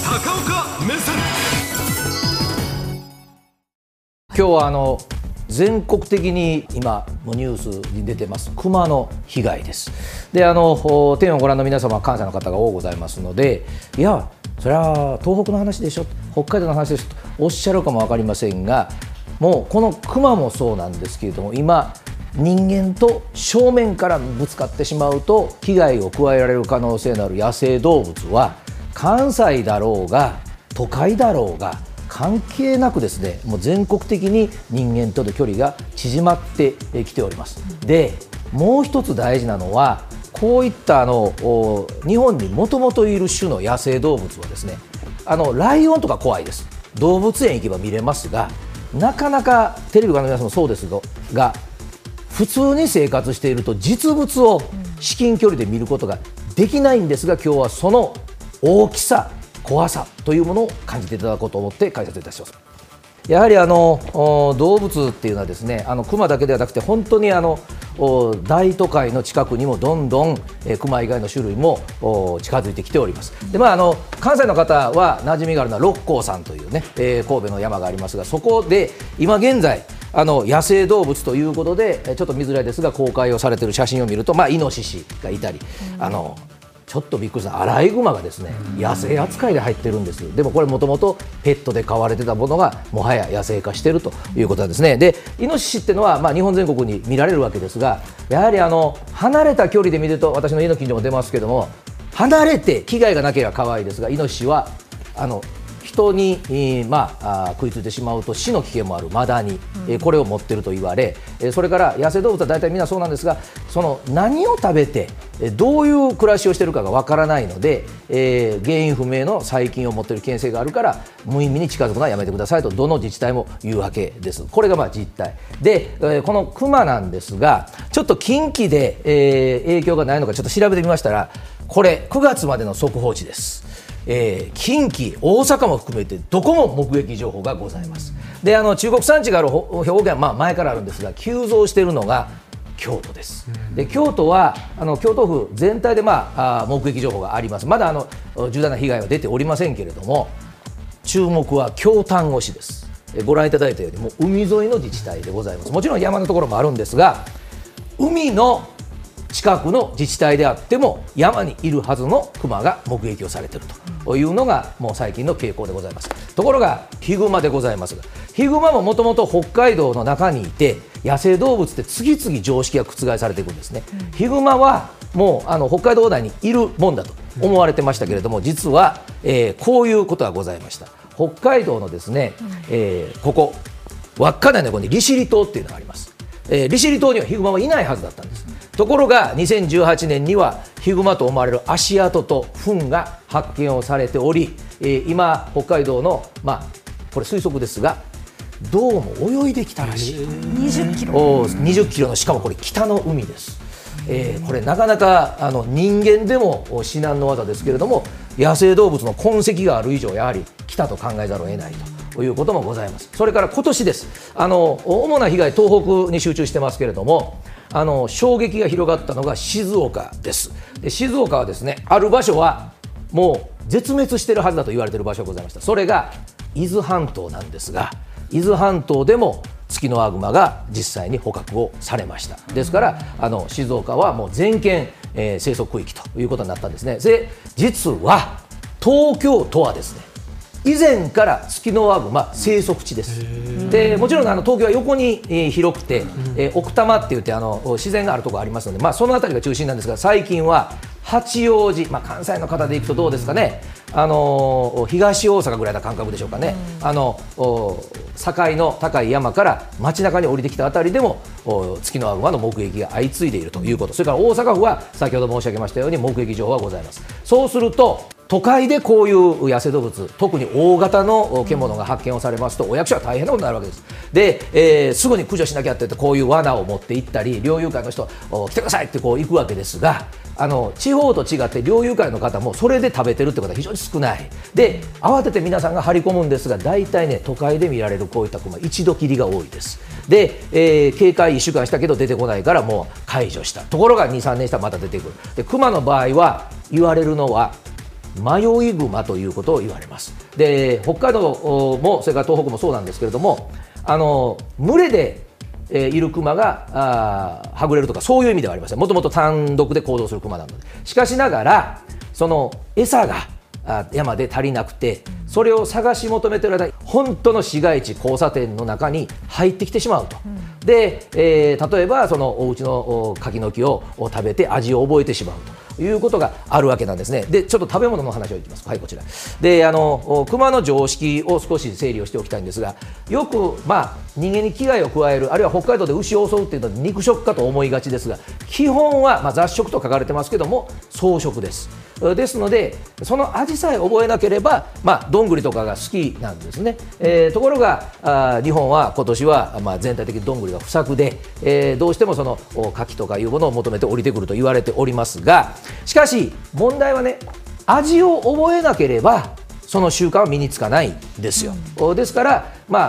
高岡目線。 今日は全国的に今ニュースに出てます熊の被害です。で天をご覧の皆様は関西の方が多ございますので、いやそれは東北の話でしょ、北海道の話でしょとおっしゃるかも分かりませんが、もうこの熊もそうなんですけれども、今人間と正面からぶつかってしまうと被害を加えられる可能性のある野生動物は関西だろうが都会だろうが関係なくですね、もう全国的に人間との距離が縮まってきております。で、もう一つ大事なのは、こういった日本にもともといる種の野生動物はですね、ライオンとか怖いです。動物園行けば見れますが、なかなかテレビご覧の皆さんもそうですが、普通に生活していると実物を至近距離で見ることができないんですが、今日はその大きさ怖さというものを感じていただこうと思って解説いたします。やはり動物っていうのはですね、熊だけではなくて本当に大都会の近くにもどんどん熊以外の種類も近づいてきております。で、関西の方は馴染みがあるのは六甲山というね、神戸の山がありますが、そこで今現在野生動物ということでちょっと見づらいですが公開をされている写真を見ると、イノシシがいたり、ちょっとびっくりしたアライグマがですね、野生扱いで入ってるんです。でもこれもともとペットで飼われてたものがもはや野生化しているということなんですね。で、イノシシっていうのは、日本全国に見られるわけですが、やはり離れた距離で見ると、私の家の近所も出ますけども、離れて危害がなければ可愛いですが、イノシシは人に、食いついてしまうと死の危険もあるマダニ、これを持っていると言われ、それから野生動物は大体みんなそうなんですが、その何を食べてどういう暮らしをしているかがわからないので、原因不明の細菌を持っている危険性があるから無意味に近づくのはやめてくださいとどの自治体も言うわけです。これが実態で、この熊なんですが、ちょっと近畿で、影響がないのかちょっと調べてみましたら、これ9月までの速報値です。近畿、大阪も含めてどこも目撃情報がございます。で、中国山地がある兵庫県は前からあるんですが、急増しているのが京都です。で、京都は京都府全体で、目撃情報があります。まだ重大な被害は出ておりませんけれども、注目は京丹後市です。ご覧いただいたようにもう海沿いの自治体でございます。もちろん山のところもあるんですが、海の近くの自治体であっても山にいるはずのクマが目撃をされているというのがもう最近の傾向でございます。ところがヒグマでございますが、ヒグマももともと北海道の中にいて、野生動物って次々常識が覆されていくんですね。ヒグマはもう北海道内にいるもんだと思われてましたけれども、実は、こういうことがございました。北海道のですね、ここ稚内の横に利尻島っていうのがあります。利尻島にはヒグマはいないはずだったんです。ところが2018年にはヒグマと思われる足跡と糞が発見をされており、今北海道の、これ推測ですが、どうも泳いできたらしい。20キロの、しかもこれ北の海です。これなかなか人間でも至難の業ですけれども、野生動物の痕跡がある以上やはり来たと考えざるを得ないということもございます。それから今年です。主な被害東北に集中してますけれども、衝撃が広がったのが静岡です。で、静岡はですね、ある場所はもう絶滅しているはずだと言われている場所がございました。それが伊豆半島なんですが、伊豆半島でもツキノワグマが実際に捕獲をされました。ですから静岡はもう全県、生息区域ということになったんですね。で、実は東京都はですね、以前からツキノワグマ生息地です。で、もちろん東京は横に、広くて、奥多摩って言って自然があるところありますので、その辺りが中心なんですが、最近は八王子、関西の方で行くとどうですかね、東大阪ぐらいな感覚でしょうかね、境の高い山から街中に降りてきたあたりでもツキノワグマの目撃が相次いでいるということ、それから大阪府は先ほど申し上げましたように目撃情報がございます。そうすると都会でこういう野生動物、特に大型の獣が発見をされますと、お役所は大変なことになるわけです。で、すぐに駆除しなきゃって言ってこういう罠を持って行ったり、猟友会の人来てくださいってこう行くわけですが、地方と違って猟友会の方もそれで食べてるってことは非常に少ない。で、慌てて皆さんが張り込むんですが、大体ね、都会で見られるこういったクマ一度きりが多いです。で、警戒1週間したけど出てこないからもう解除した。ところが2、3年したらまた出てくる。で、クマの場合は言われるのは迷い熊ということを言われます。で北海道もそれから東北もそうなんですけれども、群れでいるクマがはぐれるとかそういう意味ではありません。もともと単独で行動するクマなので。しかしながらその餌が山で足りなくて、それを探し求めている間に本当の市街地交差点の中に入ってきてしまうと。で、例えばそのお家の柿の木を食べて味を覚えてしまうということがあるわけなんですね。でちょっと食べ物の話をいきます。はい、こちらでクマの常識を少し整理をしておきたいんですが、よく人間に危害を加える、あるいは北海道で牛を襲うというのは肉食かと思いがちですが、基本は雑食と書かれてますけども草食です。ですのでその味さえ覚えなければ、どんぐりとかが好きなんですね。ところが日本は今年は全体的にどんぐりが不作で、どうしてもその柿とかいうものを求めて降りてくると言われておりますが、しかし問題はね、味を覚えなければその習慣は身につかないんですよ。ですから、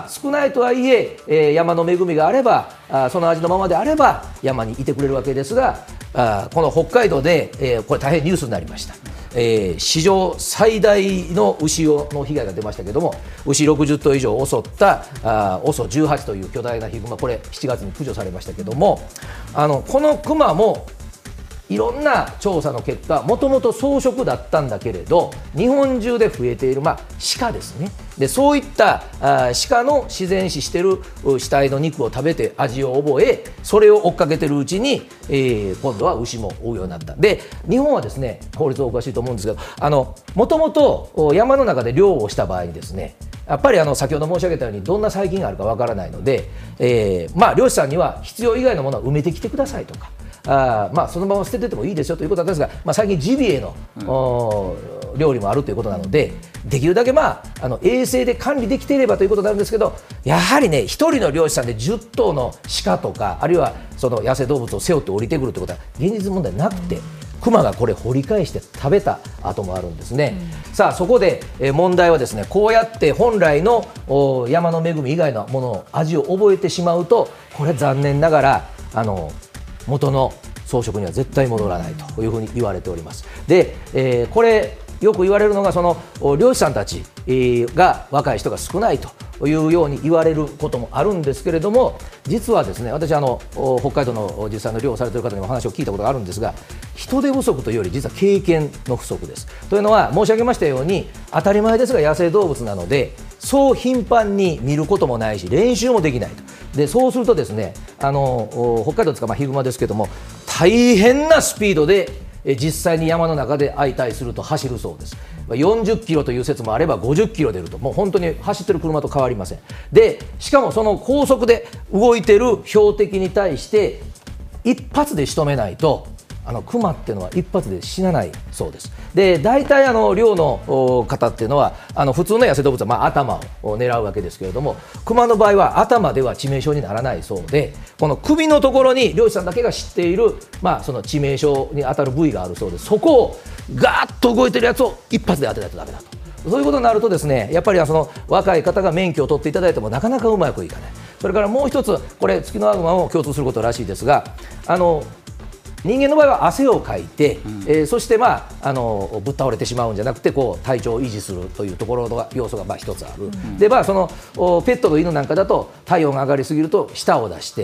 少ないとはいえ山の恵みがあればその味のままであれば山にいてくれるわけですが、この北海道で、これ大変ニュースになりました。史上最大の牛の被害が出ましたけども、牛60頭以上を襲ったOSO18という巨大なヒグマ、これ7月に駆除されましたけども、このクマもいろんな調査の結果、もともと草食だったんだけれど日本中で増えている、鹿ですね。でそういった鹿の自然死している死体の肉を食べて味を覚え、それを追っかけているうちに、今度は牛も追うようになった。で日本はですね、法律おかしいと思うんですけど、もともと山の中で漁をした場合にですね、やっぱり先ほど申し上げたようにどんな細菌があるかわからないので、漁師さんには必要以外のものは埋めてきてくださいとか、そのまま捨てててもいいですよということなんですが、最近ジビエの料理もあるということなので、できるだけ衛生で管理できていればということなんですけど、やはりね、一人の漁師さんで10頭の鹿とかあるいはその野生動物を背負って降りてくるということは現実問題なくて、クマがこれ掘り返して食べた跡もあるんですね。さあそこで問題はですね、こうやって本来の山の恵み以外のものを味を覚えてしまうと、これ残念ながら元の草食には絶対戻らないというふうに言われております。で、これよく言われるのが、その漁師さんたちが若い人が少ないというように言われることもあるんですけれども、実はですね、私北海道の実際の漁をされている方にも話を聞いたことがあるんですが、人手不足というより実は経験の不足です。というのは申し上げましたように、当たり前ですが野生動物なのでそう頻繁に見ることもないし練習もできないと。でそうするとですね、北海道ですか、ヒグマですけども大変なスピードで実際に山の中で相対すると走るそうです。40キロという説もあれば50キロ出ると、もう本当に走ってる車と変わりません。でしかもその高速で動いている標的に対して一発で仕留めないとクマっていうのは一発で死なないそうです。で大体猟の方っていうのは普通の野生動物は頭を狙うわけですけれども、クマの場合は頭では致命傷にならないそうで、この首のところに漁師さんだけが知っている、その致命傷に当たる部位があるそうです。そこをガーッと動いてるやつを一発で当てないとダメだと。そういうことになるとですね、やっぱりその若い方が免許を取っていただいてもなかなかうまくいかない。それからもう一つ、これツキノワグマも共通することらしいですが、人間の場合は汗をかいて、そしてぶっ倒れてしまうんじゃなくて体調を維持するというところの要素が一つある。でそのペットの犬なんかだと体温が上がりすぎると舌を出して、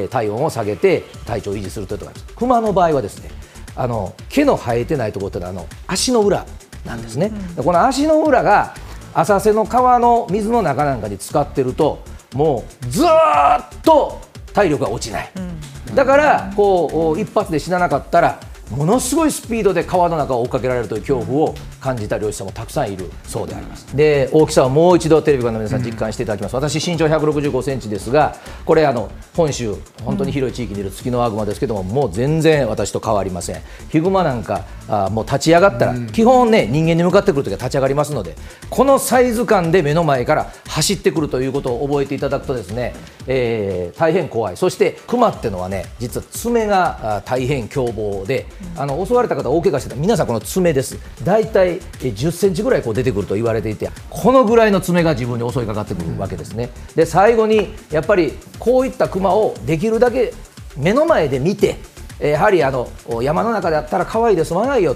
体温を下げて体調を維持するというところがあります。クマの場合はですね、毛の生えてないところというのは足の裏なんですね。この足の裏が浅瀬の川の水の中なんかに浸かってるともうずーっと体力が落ちない。だから一発で死ななかったらものすごいスピードで川の中を追っかけられるという恐怖を感じた漁師さんもたくさんいるそうであります。で大きさをもう一度テレビご覧の皆さん実感していただきます。私身長165センチですが、これ本州本当に広い地域にいるツキノワグマですけども、もう全然私と変わりません。ヒグマなんかもう立ち上がったら基本ね、人間に向かってくるときは立ち上がりますので、このサイズ感で目の前から走ってくるということを覚えていただくとですね、大変怖い。そしてクマってのはね、実は爪が大変凶暴で、襲われた方大怪我してた皆さんこの爪です。だいたい10センチぐらい出てくると言われていて、このぐらいの爪が自分に襲いかかってくるわけですね。で最後にやっぱりこういったクマをできるだけ目の前で見て、やはり山の中であったら可愛いで済まないよと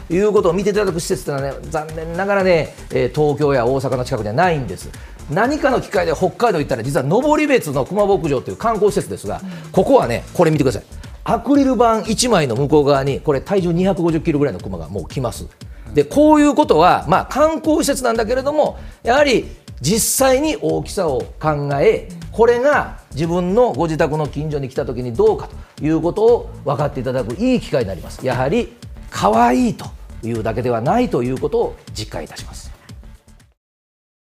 いうことを見ていただく施設というのはね、残念ながらね、東京や大阪の近くにはないんです。何かの機会で北海道行ったら、実は登別の熊牧場という観光施設ですが、ここはね、これ見てください。アクリル板1枚の向こう側に、これ体重250キロぐらいの熊がもう来ます。でこういうことは、観光施設なんだけれども、やはり実際に大きさを考え、これが自分のご自宅の近所に来たときにどうかということを分かっていただくいい機会になります。やはり可愛いというだけではないということを実感いたします。